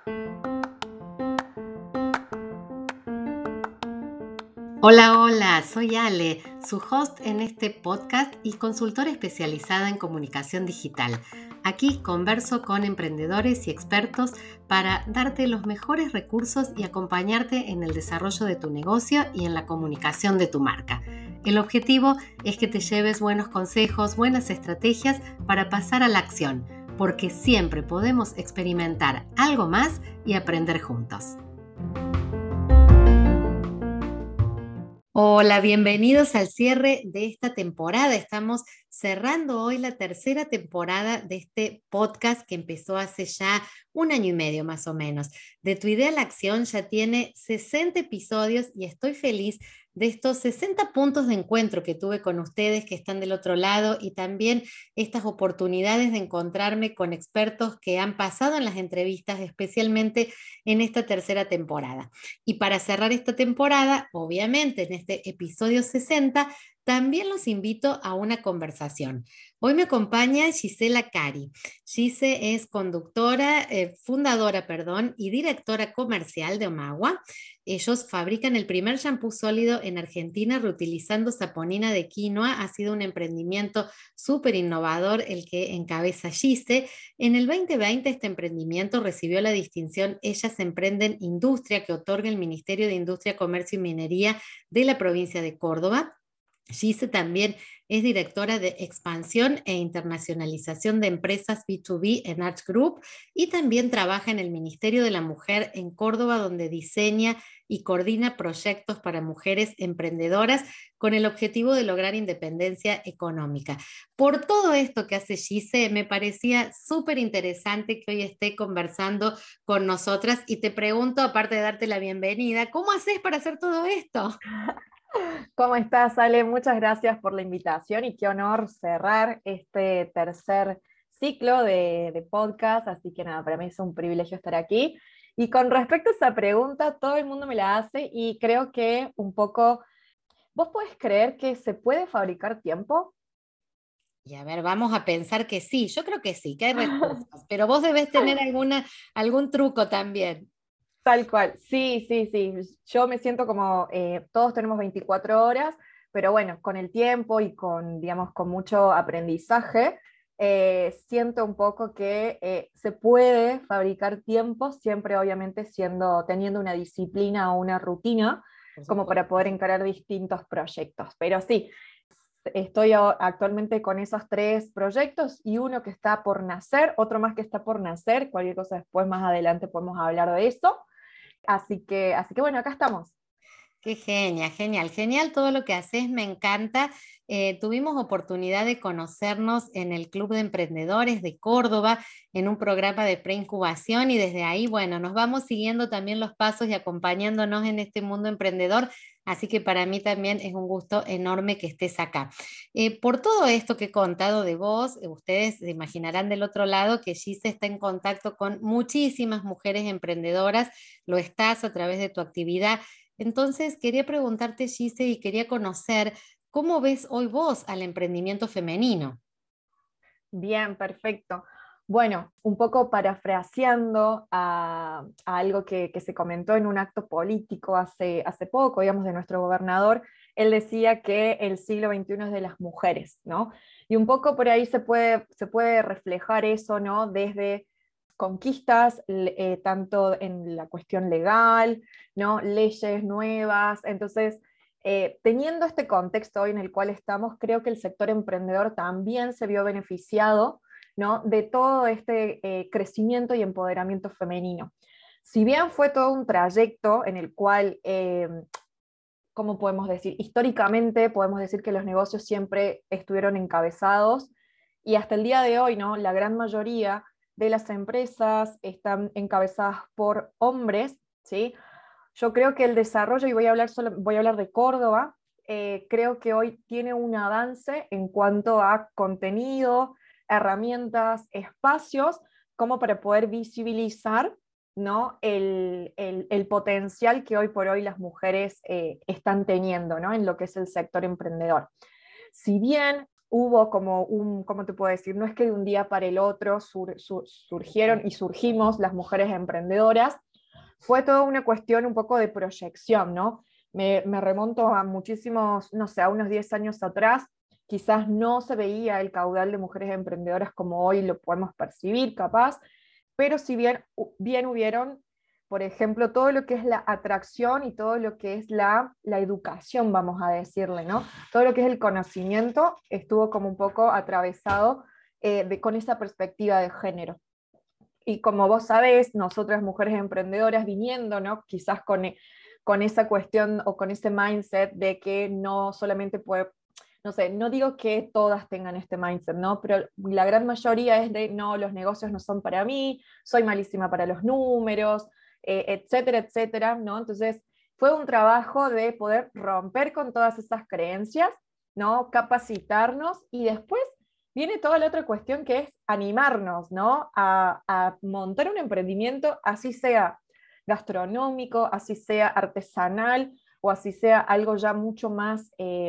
Hola, hola, soy Ale, su host en este podcast y consultora especializada en comunicación digital. Aquí converso con emprendedores y expertos para darte los mejores recursos y acompañarte en el desarrollo de tu negocio y en la comunicación de tu marca. El objetivo es que te lleves buenos consejos, buenas estrategias para pasar a la acción, porque siempre podemos experimentar algo más y aprender juntos. Hola, bienvenidos al cierre de esta temporada. Estamos cerrando hoy la tercera temporada de este podcast que empezó hace ya un año y medio más o menos. De tu idea a la acción ya tiene 60 episodios y estoy feliz de estos 60 puntos de encuentro que tuve con ustedes que están del otro lado y también estas oportunidades de encontrarme con expertos que han pasado en las entrevistas, especialmente en esta tercera temporada. Y para cerrar esta temporada, obviamente en este episodio 60, también los invito a una conversación. Hoy me acompaña Gisela Cari. Gise es fundadora, y directora comercial de Omagua. Ellos fabrican el primer shampoo sólido en Argentina reutilizando saponina de quinoa. Ha sido un emprendimiento súper innovador el que encabeza Gise. En el 2020 este emprendimiento recibió la distinción Ellas Emprenden Industria que otorga el Ministerio de Industria, Comercio y Minería de la provincia de Córdoba. Gise también es directora de expansión e internacionalización de empresas B2B en Arch Group y también trabaja en el Ministerio de la Mujer en Córdoba, donde diseña y coordina proyectos para mujeres emprendedoras con el objetivo de lograr independencia económica. Por todo esto que hace Gise, me parecía súper interesante que hoy esté conversando con nosotras y te pregunto, aparte de darte la bienvenida, ¿cómo haces para hacer todo esto? ¿Cómo estás, Ale? Muchas gracias por la invitación y qué honor cerrar este tercer ciclo de podcast, así que nada, para mí es un privilegio estar aquí. Y con respecto a esa pregunta, todo el mundo me la hace y creo que un poco, ¿vos podés creer que se puede fabricar tiempo? Y a ver, vamos a pensar que sí, yo creo que sí, que hay recursos, pero vos debés tener algún truco también. Tal cual, sí, sí, sí. Yo me siento como todos tenemos 24 horas, pero bueno, con el tiempo y con, digamos, con mucho aprendizaje, siento un poco que se puede fabricar tiempo, siempre obviamente teniendo una disciplina o una rutina, Por como para poder supuesto. encarar distintos proyectos. Pero sí, actualmente con esos tres proyectos y uno que está por nacer, otro más que está por nacer, cualquier cosa después más adelante podemos hablar de eso. Así que bueno, acá estamos. Qué genial, genial, genial todo lo que haces, me encanta. Tuvimos oportunidad de conocernos en el Club de Emprendedores de Córdoba, en un programa de preincubación y desde ahí, bueno, nos vamos siguiendo también los pasos y acompañándonos en este mundo emprendedor. Así que para mí también es un gusto enorme que estés acá. Por todo esto que he contado de vos, ustedes se imaginarán del otro lado que Gise está en contacto con muchísimas mujeres emprendedoras, lo estás a través de tu actividad. Entonces, quería preguntarte, Gise, y quería conocer cómo ves hoy vos al emprendimiento femenino. Bien, perfecto. Bueno, un poco parafraseando a algo que se comentó en un acto político hace poco, digamos, de nuestro gobernador, él decía que el siglo XXI es de las mujeres, ¿no? Y un poco por ahí se puede reflejar eso, ¿no? Desde conquistas, tanto en la cuestión legal, ¿no? Leyes nuevas. Entonces, teniendo este contexto hoy en el cual estamos, creo que el sector emprendedor también se vio beneficiado, ¿no? De todo este crecimiento y empoderamiento femenino. Si bien fue todo un trayecto en el cual, ¿cómo podemos decir? Históricamente podemos decir que los negocios siempre estuvieron encabezados y hasta el día de hoy, ¿no? La gran mayoría de las empresas están encabezadas por hombres, ¿sí? Yo creo que el desarrollo, y voy a hablar de Córdoba, creo que hoy tiene un avance en cuanto a contenido, herramientas, espacios, como para poder visibilizar, ¿no? el potencial que hoy por hoy las mujeres están teniendo, ¿no? En lo que es el sector emprendedor. Si bien hubo como ¿cómo te puedo decir? No es que de un día para el otro surgieron y surgimos las mujeres emprendedoras, fue toda una cuestión un poco de proyección, ¿no? Me remonto a muchísimos, no sé, a unos 10 años atrás, quizás no se veía el caudal de mujeres emprendedoras como hoy lo podemos percibir, capaz, pero si bien hubieron, por ejemplo, todo lo que es la atracción y todo lo que es la educación, vamos a decirle, ¿no? Todo lo que es el conocimiento estuvo como un poco atravesado con esa perspectiva de género. Y como vos sabés, nosotras mujeres emprendedoras viniendo, ¿no? Quizás con esa cuestión o con ese mindset de que no solamente puede, no sé, no digo que todas tengan este mindset, ¿no? Pero la gran mayoría es de, no, los negocios no son para mí, soy malísima para los números, etcétera, etcétera, ¿no? Entonces, fue un trabajo de poder romper con todas esas creencias, ¿no? Capacitarnos y después viene toda la otra cuestión que es animarnos, ¿no? A montar un emprendimiento, así sea gastronómico, así sea artesanal o así sea algo ya mucho más,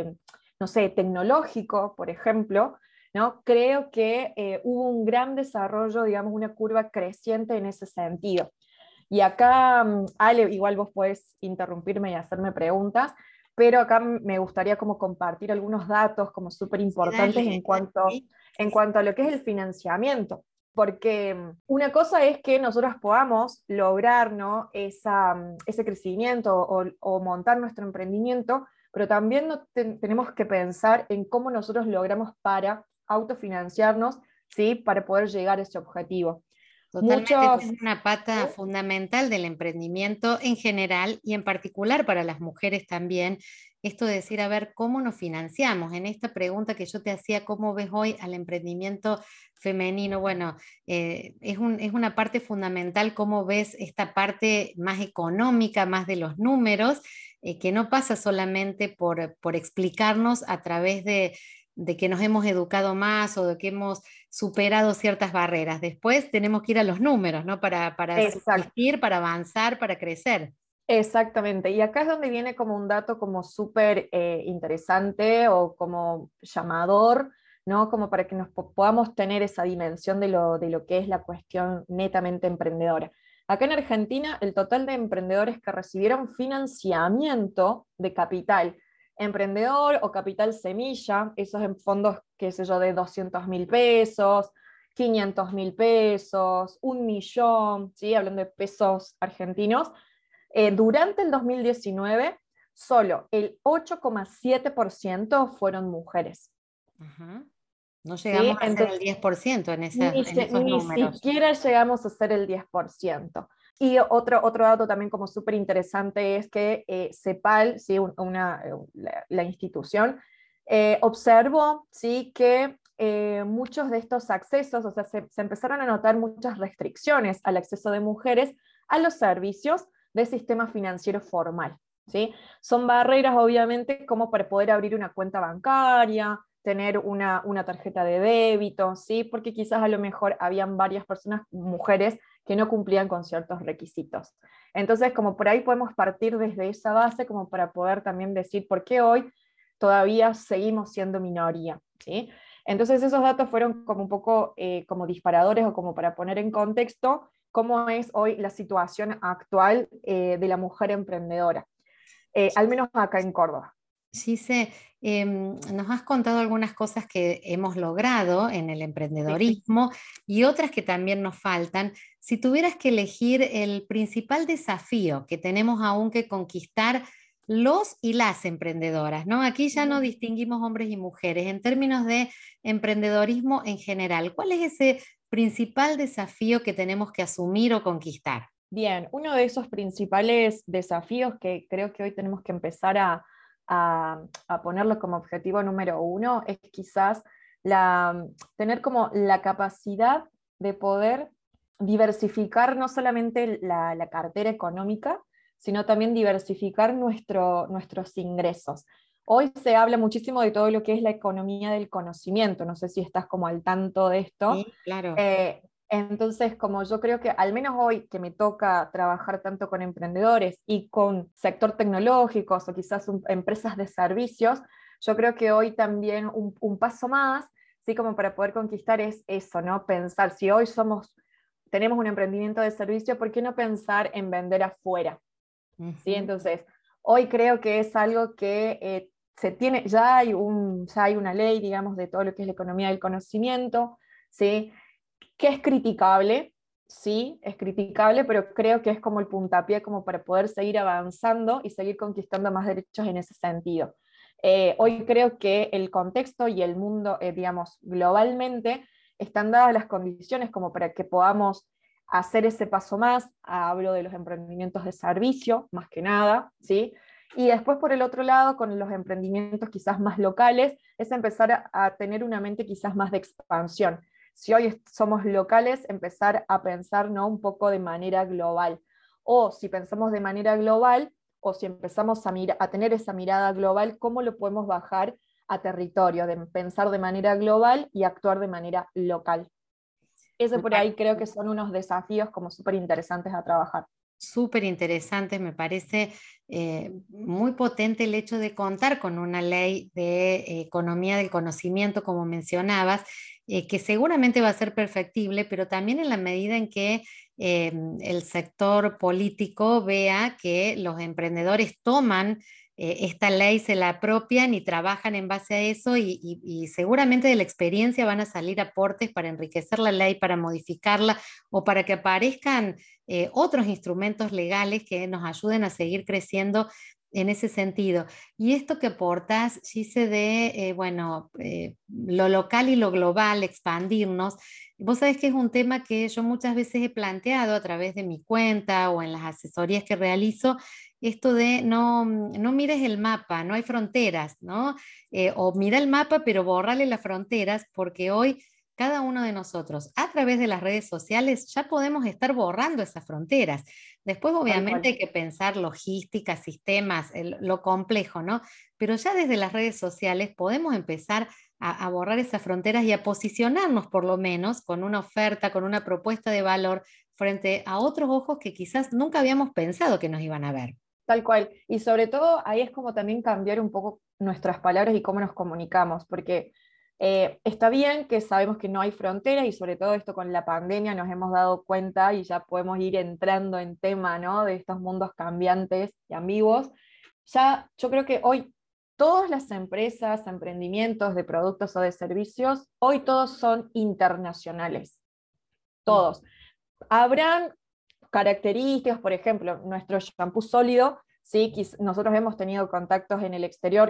no sé, tecnológico, por ejemplo, ¿no? Creo que hubo un gran desarrollo, digamos, una curva creciente en ese sentido. Y acá, Ale, igual vos podés interrumpirme y hacerme preguntas, pero acá me gustaría como compartir algunos datos como súper Sí, importantes dale. Sí, en sí, sí. cuanto a lo que es el financiamiento. Porque una cosa es que nosotros podamos lograr, ¿no? Ese crecimiento o montar nuestro emprendimiento, pero también tenemos que pensar en cómo nosotros logramos para autofinanciarnos, ¿sí? Para poder llegar a ese objetivo. Totalmente, Muchos... es una pata fundamental del emprendimiento en general y en particular para las mujeres también. Esto de decir, a ver, ¿cómo nos financiamos? En esta pregunta que yo te hacía, ¿cómo ves hoy al emprendimiento femenino? Bueno, es una parte fundamental, ¿cómo ves esta parte más económica, más de los números, que no pasa solamente por explicarnos a través de que nos hemos educado más o de que hemos superado ciertas barreras. Después tenemos que ir a los números, ¿no? Para Exacto. subsistir, para avanzar, para crecer. Exactamente, y acá es donde viene como un dato como súper interesante o como llamador, ¿no? Como para que nos podamos tener esa dimensión de lo que es la cuestión netamente emprendedora. Acá en Argentina, el total de emprendedores que recibieron financiamiento de capital emprendedor o capital semilla, esos en fondos, qué sé yo, de 200.000 pesos, 500.000 pesos, 1 millón, ¿sí? Hablando de pesos argentinos, durante el 2019, solo el 8,7% fueron mujeres. Ajá. No ¿Sí? llegamos a ser el Entonces, 10% en esos ni números. siquiera llegamos a ser el 10%. Y otro dato también como súper interesante es que CEPAL, ¿sí? La institución, observó, ¿sí? Que muchos de estos accesos, o sea, se empezaron a notar muchas restricciones al acceso de mujeres a los servicios del sistema financiero formal. ¿Sí? Son barreras, obviamente, como para poder abrir una cuenta bancaria, tener una tarjeta de débito, ¿sí? Porque quizás a lo mejor habían varias personas, mujeres, que no cumplían con ciertos requisitos. Entonces, como por ahí podemos partir desde esa base, como para poder también decir por qué hoy todavía seguimos siendo minoría, ¿sí? Entonces, esos datos fueron como un poco como disparadores o como para poner en contexto cómo es hoy la situación actual de la mujer emprendedora, al menos acá en Córdoba. Gise, nos has contado algunas cosas que hemos logrado en el Sí. emprendedorismo y otras que también nos faltan. Si tuvieras que elegir el principal desafío que tenemos aún que conquistar los y las emprendedoras, ¿no? Aquí ya no distinguimos hombres y mujeres. En términos de emprendedorismo en general, ¿cuál es ese principal desafío que tenemos que asumir o conquistar? Bien, uno de esos principales desafíos que creo que hoy tenemos que empezar a ponerlo como objetivo número uno es quizás tener como la capacidad de poder diversificar no solamente la cartera económica, sino también diversificar nuestros ingresos. Hoy se habla muchísimo de todo lo que es la economía del conocimiento, no sé si estás como al tanto de esto. Sí, claro. Eh, entonces, como yo creo que al menos hoy que me toca trabajar tanto con emprendedores y con sector tecnológicos o quizás empresas de servicios, yo creo que hoy también un paso más, ¿sí? Como para poder conquistar es eso, ¿no? Pensar, si hoy tenemos un emprendimiento de servicio, ¿por qué no pensar en vender afuera? ¿Sí? Ujú. Entonces, hoy creo que es algo que se tiene, ya hay una ley, digamos, de todo lo que es la economía del conocimiento, ¿sí? Que es criticable, sí, es criticable, pero creo que es como el puntapié como para poder seguir avanzando y seguir conquistando más derechos en ese sentido. Hoy creo que el contexto y el mundo, digamos, globalmente, están dadas las condiciones como para que podamos hacer ese paso más. Hablo de los emprendimientos de servicio, más que nada, ¿sí? Y después, por el otro lado, con los emprendimientos quizás más locales, es empezar a tener una mente quizás más de expansión. Si hoy somos locales, empezar a pensar, ¿no? Un poco de manera global. O si pensamos de manera global, o si empezamos a tener esa mirada global, ¿cómo lo podemos bajar a territorio? De pensar de manera global y actuar de manera local. Eso por ahí creo que son unos desafíos como súper interesantes a trabajar. Súper interesante, me parece muy potente el hecho de contar con una ley de economía del conocimiento, como mencionabas, que seguramente va a ser perfectible, pero también en la medida en que el sector político vea que los emprendedores toman esta ley, se la apropian y trabajan en base a eso y seguramente de la experiencia van a salir aportes para enriquecer la ley, para modificarla o para que aparezcan otros instrumentos legales que nos ayuden a seguir creciendo en ese sentido. Y esto que aportas, Gise, de, bueno, lo local y lo global, expandirnos, vos sabés que es un tema que yo muchas veces he planteado a través de mi cuenta o en las asesorías que realizo, esto de no mires el mapa, no hay fronteras, ¿no? O mira el mapa, pero borrale las fronteras, porque hoy cada uno de nosotros a través de las redes sociales ya podemos estar borrando esas fronteras. Después, Tal obviamente, cual. hay que pensar logística, sistemas, lo complejo, ¿no? Pero ya desde las redes sociales podemos empezar a borrar esas fronteras y a posicionarnos por lo menos con una oferta, con una propuesta de valor frente a otros ojos que quizás nunca habíamos pensado que nos iban a ver. Tal cual. Y sobre todo ahí es como también cambiar un poco nuestras palabras y cómo nos comunicamos, porque está bien que sabemos que no hay fronteras y sobre todo esto con la pandemia nos hemos dado cuenta y ya podemos ir entrando en tema, ¿no? De estos mundos cambiantes y ambiguos. Ya yo creo que hoy todas las empresas, emprendimientos de productos o de servicios, hoy todos son internacionales, todos. Habrán características, por ejemplo, nuestro shampoo sólido, ¿sí? Nosotros hemos tenido contactos en el exterior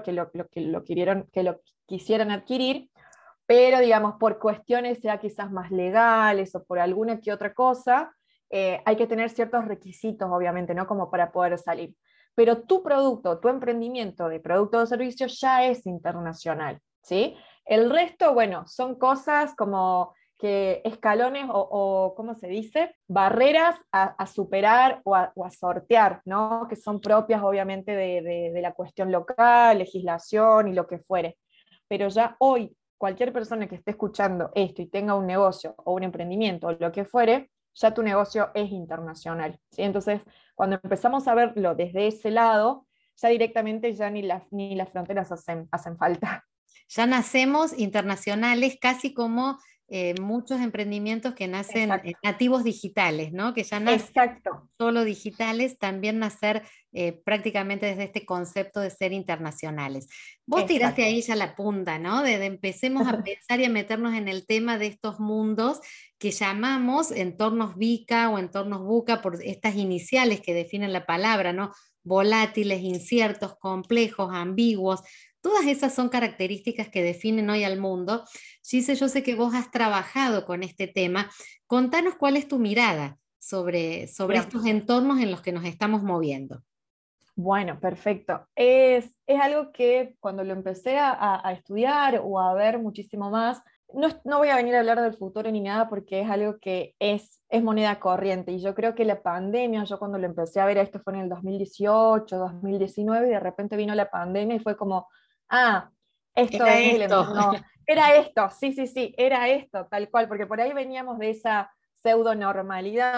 que lo quisieran adquirir, pero digamos, por cuestiones ya quizás más legales o por alguna que otra cosa, hay que tener ciertos requisitos, obviamente, ¿no? Como para poder salir. Pero tu producto, tu emprendimiento de producto o servicio ya es internacional, ¿sí? El resto, bueno, son cosas como que escalones ¿cómo se dice? Barreras a superar o a sortear, ¿no? Que son propias obviamente de la cuestión local, legislación y lo que fuere. Pero ya hoy, cualquier persona que esté escuchando esto y tenga un negocio o un emprendimiento o lo que fuere, ya tu negocio es internacional, ¿sí? Entonces, cuando empezamos a verlo desde ese lado, ya directamente ya ni las fronteras hacen falta. Ya nacemos internacionales, casi como muchos emprendimientos que nacen Exacto. nativos digitales, ¿no? Que ya nacen Exacto. solo digitales, también nacer prácticamente desde este concepto de ser internacionales. Vos tiraste Exacto. ahí ya la punta, ¿no? De empecemos a pensar y a meternos en el tema de estos mundos que llamamos entornos VICA o entornos BUCA por estas iniciales que definen la palabra, ¿no? Volátiles, inciertos, complejos, ambiguos. Todas esas son características que definen hoy al mundo. Gise, yo sé que vos has trabajado con este tema. Contanos cuál es tu mirada sobre Bien. estos entornos en los que nos estamos moviendo. Bueno, perfecto. Es algo que cuando lo empecé a estudiar o a ver muchísimo más, no voy a venir a hablar del futuro ni nada porque es algo que es moneda corriente y yo creo que la pandemia, yo cuando lo empecé a ver, esto fue en el 2018, 2019 y de repente vino la pandemia y fue como, ah, esto Era es el esto. no, era esto, sí, sí, sí, era esto, tal cual, porque por ahí veníamos de esa pseudo normalidad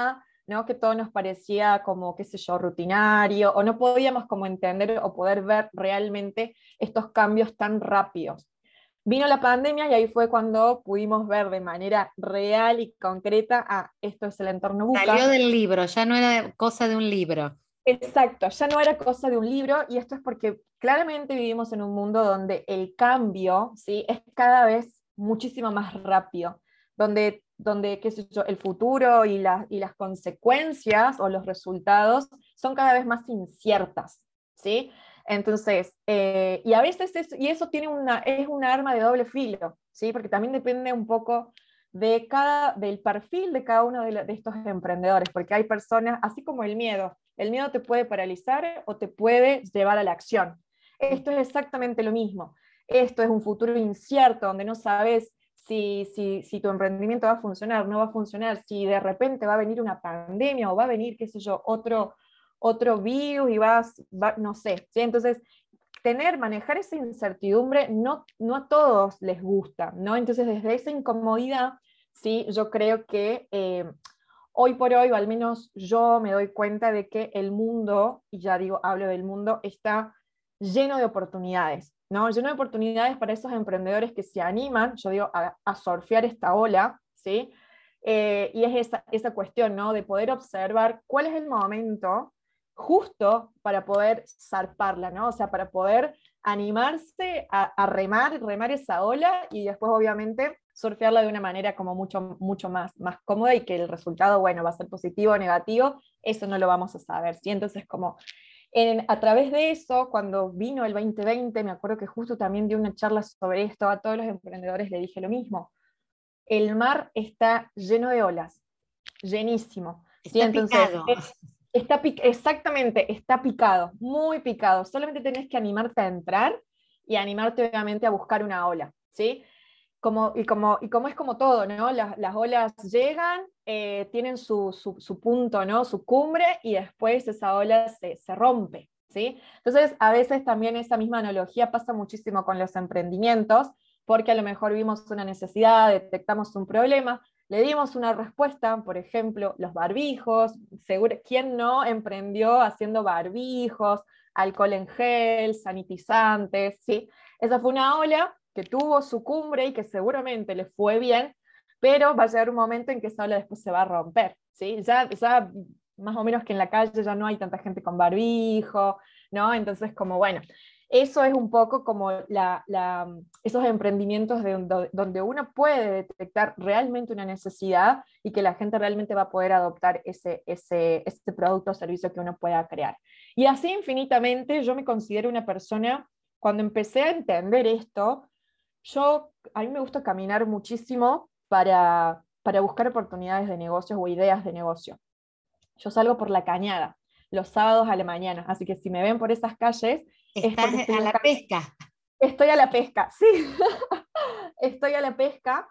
¿no? Que todo nos parecía como, qué sé yo, rutinario, o no podíamos como entender o poder ver realmente estos cambios tan rápidos. Vino la pandemia y ahí fue cuando pudimos ver de manera real y concreta, esto es el entorno Salió VUCA. del libro, ya no era cosa de un libro. Exacto, ya no era cosa de un libro, y esto es porque claramente vivimos en un mundo donde el cambio, ¿sí?, es cada vez muchísimo más rápido, donde qué sé yo, el futuro y las consecuencias o los resultados son cada vez más inciertas, ¿sí? Entonces, y a veces y eso es un arma de doble filo, ¿sí? Porque también depende un poco del perfil de cada uno de estos emprendedores, porque hay personas, así como el miedo te puede paralizar o te puede llevar a la acción. Esto es exactamente lo mismo. Esto es un futuro incierto, donde no sabes si tu emprendimiento va a funcionar, no va a funcionar, si de repente va a venir una pandemia o va a venir, qué sé yo, otro virus y no sé. ¿sí? Entonces, manejar esa incertidumbre no a todos les gusta, ¿no? Entonces, desde esa incomodidad, sí, yo creo que hoy por hoy, o al menos yo me doy cuenta de que el mundo, y ya digo, hablo del mundo, está lleno de oportunidades, ¿no? Lleno de oportunidades para esos emprendedores que se animan, yo digo, a surfear esta ola, ¿sí? Y es esa cuestión, ¿no? De poder observar cuál es el momento justo para poder zarparla, ¿no? O sea, para poder animarse a remar esa ola y después obviamente surfearla de una manera como mucho más cómoda, y que el resultado, bueno, va a ser positivo o negativo, eso no lo vamos a saber, ¿sí? Entonces como a través de eso, cuando vino el 2020, me acuerdo que justo también di una charla sobre esto, a todos los emprendedores le dije lo mismo, el mar está lleno de olas, llenísimo, ¿sí? Está Entonces, picado. exactamente, está picado, muy picado. Solamente tenés que animarte a entrar y animarte obviamente a buscar una ola, ¿sí? Y como es como todo, ¿no? Las olas llegan, tienen su punto, ¿no? Su cumbre, y después esa ola se rompe, ¿sí? Entonces, a veces también esa misma analogía pasa muchísimo con los emprendimientos, porque a lo mejor vimos una necesidad, detectamos un problema, le dimos una respuesta, por ejemplo, los barbijos, seguro, ¿quién no emprendió haciendo barbijos, alcohol en gel, sanitizantes, ¿sí? Esa fue una ola que tuvo su cumbre y que seguramente le fue bien, pero va a llegar un momento en que esa ola después se va a romper, ¿sí? Ya más o menos que en la calle ya no hay tanta gente con barbijo, ¿no? Entonces, como bueno, eso es un poco como esos emprendimientos donde uno puede detectar realmente una necesidad y que la gente realmente va a poder adoptar ese producto o servicio que uno pueda crear. Y así infinitamente yo me considero una persona, cuando empecé a entender esto, a mí me gusta caminar muchísimo para buscar oportunidades de negocios o ideas de negocio. Yo salgo por la cañada los sábados a la mañana, así que si me ven por esas calles es Estás porque estoy a la buscando. pesca. Estoy a la pesca, sí, estoy a la pesca,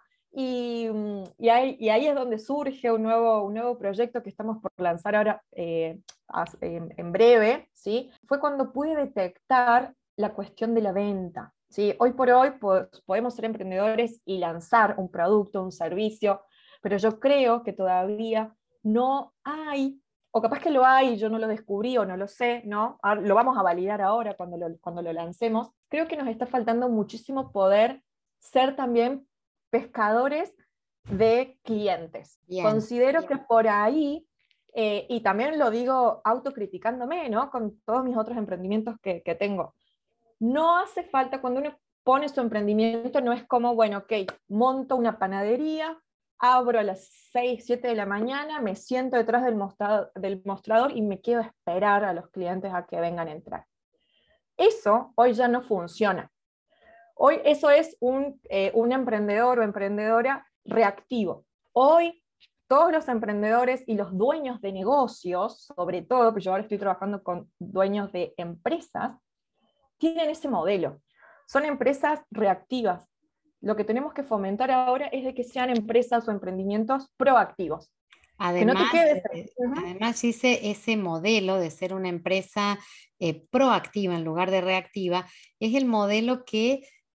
y ahí es donde surge un nuevo proyecto que estamos por lanzar ahora en breve, ¿sí? Fue cuando pude detectar la cuestión de la venta, ¿sí? Hoy por hoy podemos ser emprendedores y lanzar un producto, un servicio, pero yo creo que todavía no hay, o capaz que lo hay, yo no lo descubrí o no lo sé, ¿no? Lo vamos a validar ahora cuando lo lancemos. Creo que nos está faltando muchísimo poder ser también pescadores de clientes. Bien. Considero que por ahí, y también lo digo autocriticándome, ¿no? Con todos mis otros emprendimientos que tengo, no hace falta, cuando uno pone su emprendimiento, no es como, bueno, ok, monto una panadería, abro a las 6 7 de la mañana, me siento detrás del mostrador y me quedo a esperar a los clientes a que vengan a entrar. Eso hoy ya no funciona. Hoy eso es un emprendedor o emprendedora reactivo. Hoy todos los emprendedores y los dueños de negocios, sobre todo, porque yo ahora estoy trabajando con dueños de empresas, tienen ese modelo. Son empresas reactivas. Lo que tenemos que fomentar ahora es de que sean empresas o emprendimientos proactivos. Que no te Además, quedes. además hice ese modelo de ser una empresa proactiva en lugar de reactiva, es el modelo que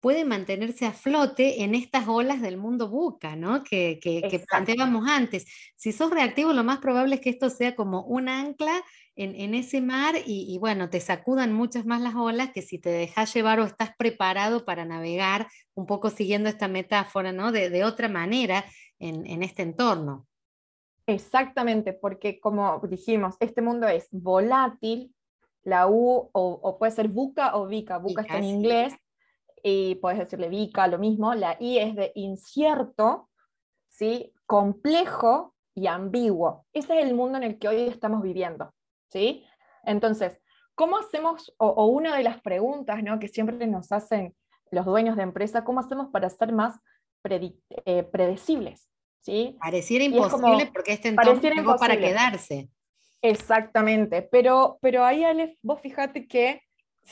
puede mantenerse a flote en estas olas del mundo buca, ¿no? Que Exacto. planteábamos antes. Si sos reactivo, lo más probable es que esto sea como un ancla en ese mar y bueno, te sacudan muchas más las olas que si te dejas llevar o estás preparado para navegar, un poco siguiendo esta metáfora, ¿no? De otra manera en este entorno. Exactamente, porque como dijimos, este mundo es volátil, la U o puede ser buca o vica, Y buca está en casi. inglés y puedes decirle vica, lo mismo, la I es de incierto, ¿sí? Complejo y ambiguo. Ese es el mundo en el que hoy estamos viviendo, ¿sí? Entonces, ¿cómo hacemos, o una de las preguntas, ¿no?, que siempre nos hacen los dueños de empresa, ¿cómo hacemos para ser más predecibles? ¿Sí? Pareciera Y es imposible como, porque este entorno pareciera llegó para imposible, quedarse. exactamente, pero ahí, Aleph, vos fíjate que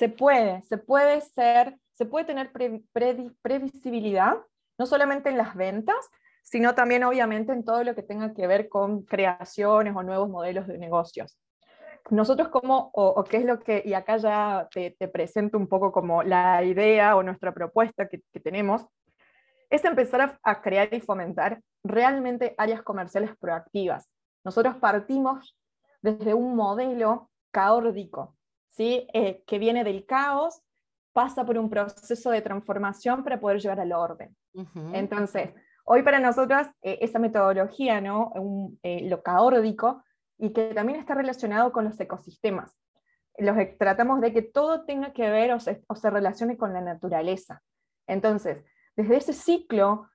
se puede tener previsibilidad, no solamente en las ventas, sino también obviamente en todo lo que tenga que ver con creaciones o nuevos modelos de negocios. Nosotros como, o qué es lo que, y acá ya te presento un poco como la idea o nuestra propuesta que tenemos, es empezar a crear y fomentar realmente áreas comerciales proactivas. Nosotros partimos desde un modelo caórdico, ¿sí? Que viene del caos, pasa por un proceso de transformación para poder llegar al orden. Ujú. Entonces, hoy para nosotras esa metodología, ¿no? Lo caórdico, y que también está relacionado con los ecosistemas. Tratamos de que todo tenga que ver o se relacione con la naturaleza. Entonces, desde ese ciclo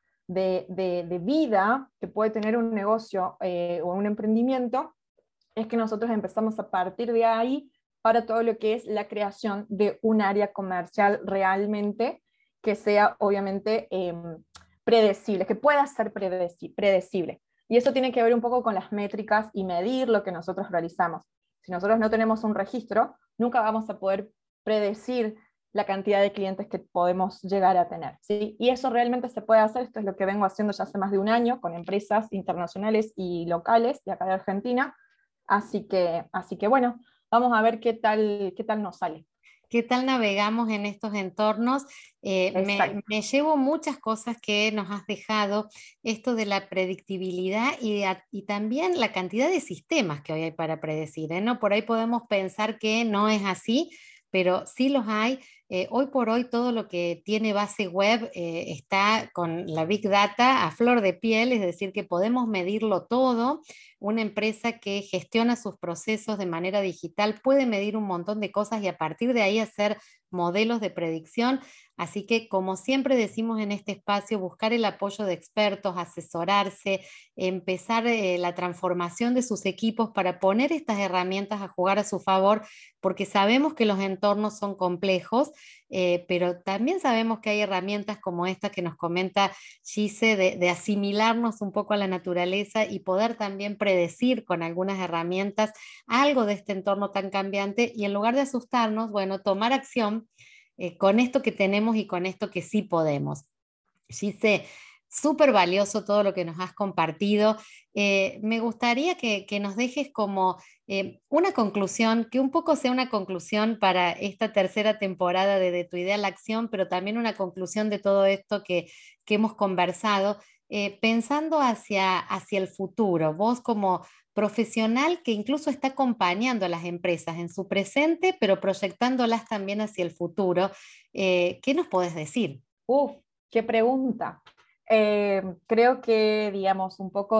de vida que puede tener un negocio o un emprendimiento, es que nosotros empezamos a partir de ahí para todo lo que es la creación de un área comercial realmente que sea obviamente predecible, que pueda ser predecible. Y eso tiene que ver un poco con las métricas y medir lo que nosotros realizamos. Si nosotros no tenemos un registro, nunca vamos a poder predecir la cantidad de clientes que podemos llegar a tener, ¿sí? Y eso realmente se puede hacer, esto es lo que vengo haciendo ya hace más de un año con empresas internacionales y locales de acá de Argentina, así que bueno, vamos a ver qué tal nos sale. ¿Qué tal navegamos en estos entornos? Exacto. Me llevo muchas cosas que nos has dejado, esto de la predictibilidad y también la cantidad de sistemas que hoy hay para predecir, ¿eh? ¿No? Por ahí podemos pensar que no es así, pero sí los hay. Hoy por hoy todo lo que tiene base web está con la Big Data a flor de piel, es decir, que podemos medirlo todo. Una empresa que gestiona sus procesos de manera digital puede medir un montón de cosas y a partir de ahí hacer modelos de predicción. Así que, como siempre decimos en este espacio, buscar el apoyo de expertos, asesorarse, empezar la transformación de sus equipos para poner estas herramientas a jugar a su favor, porque sabemos que los entornos son complejos, pero también sabemos que hay herramientas como esta que nos comenta Gise, de asimilarnos un poco a la naturaleza y poder también predecir con algunas herramientas algo de este entorno tan cambiante y en lugar de asustarnos, bueno, tomar acción con esto que tenemos y con esto que sí podemos. Gise, súper valioso todo lo que nos has compartido. Me gustaría que nos dejes como una conclusión, que un poco sea una conclusión para esta tercera temporada de Tu Idea a la Acción, pero también una conclusión de todo esto que hemos conversado, pensando hacia el futuro. Vos como profesional que incluso está acompañando a las empresas en su presente, pero proyectándolas también hacia el futuro, ¿qué nos podés decir? Uf, qué pregunta. Creo que, digamos, un poco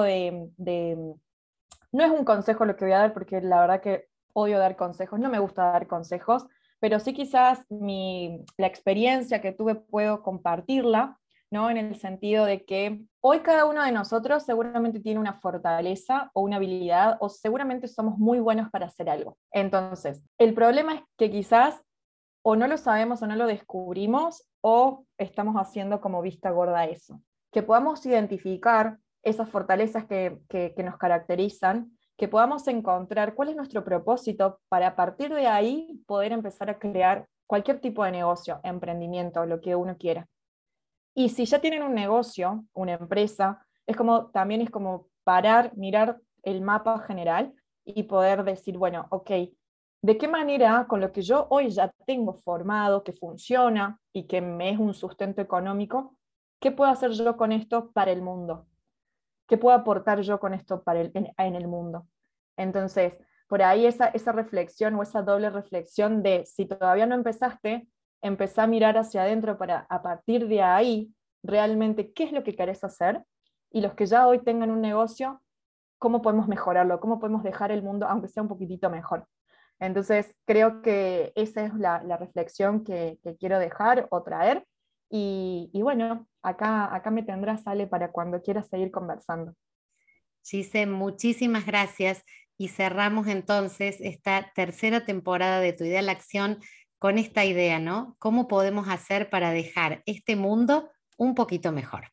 no es un consejo lo que voy a dar, porque la verdad que odio dar consejos, no me gusta dar consejos, pero sí quizás la experiencia que tuve puedo compartirla, ¿no? En el sentido de que hoy cada uno de nosotros seguramente tiene una fortaleza o una habilidad, o seguramente somos muy buenos para hacer algo. Entonces, el problema es que quizás o no lo sabemos o no lo descubrimos, o estamos haciendo como vista gorda a eso. Que podamos identificar esas fortalezas que nos caracterizan, que podamos encontrar cuál es nuestro propósito para a partir de ahí poder empezar a crear cualquier tipo de negocio, emprendimiento, lo que uno quiera. Y si ya tienen un negocio, una empresa, también es como parar, mirar el mapa general y poder decir, bueno, ok, ¿De qué manera, con lo que yo hoy ya tengo formado, que funciona y que me es un sustento económico, qué puedo hacer yo con esto para el mundo? ¿Qué puedo aportar yo con esto en el mundo? Entonces, por ahí esa reflexión o esa doble reflexión de si todavía no empezaste, empezá a mirar hacia adentro para a partir de ahí realmente qué es lo que querés hacer, y los que ya hoy tengan un negocio, cómo podemos mejorarlo, cómo podemos dejar el mundo aunque sea un poquitito mejor. Entonces, creo que esa es la reflexión que quiero dejar o traer. Y bueno, acá me tendrás, Ale, para cuando quieras seguir conversando. Gise, muchísimas gracias y cerramos entonces esta tercera temporada de Tu Idea a la Acción con esta idea, ¿no? ¿Cómo podemos hacer para dejar este mundo un poquito mejor?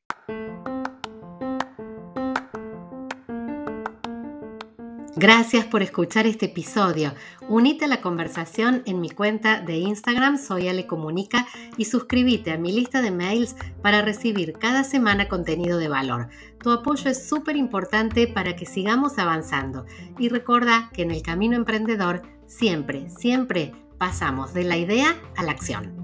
Gracias por escuchar este episodio. Unite a la conversación en mi cuenta de Instagram, Soy Ale Comunica, y suscríbete a mi lista de mails para recibir cada semana contenido de valor. Tu apoyo es súper importante para que sigamos avanzando. Y recuerda que en el camino emprendedor siempre pasamos de la idea a la acción.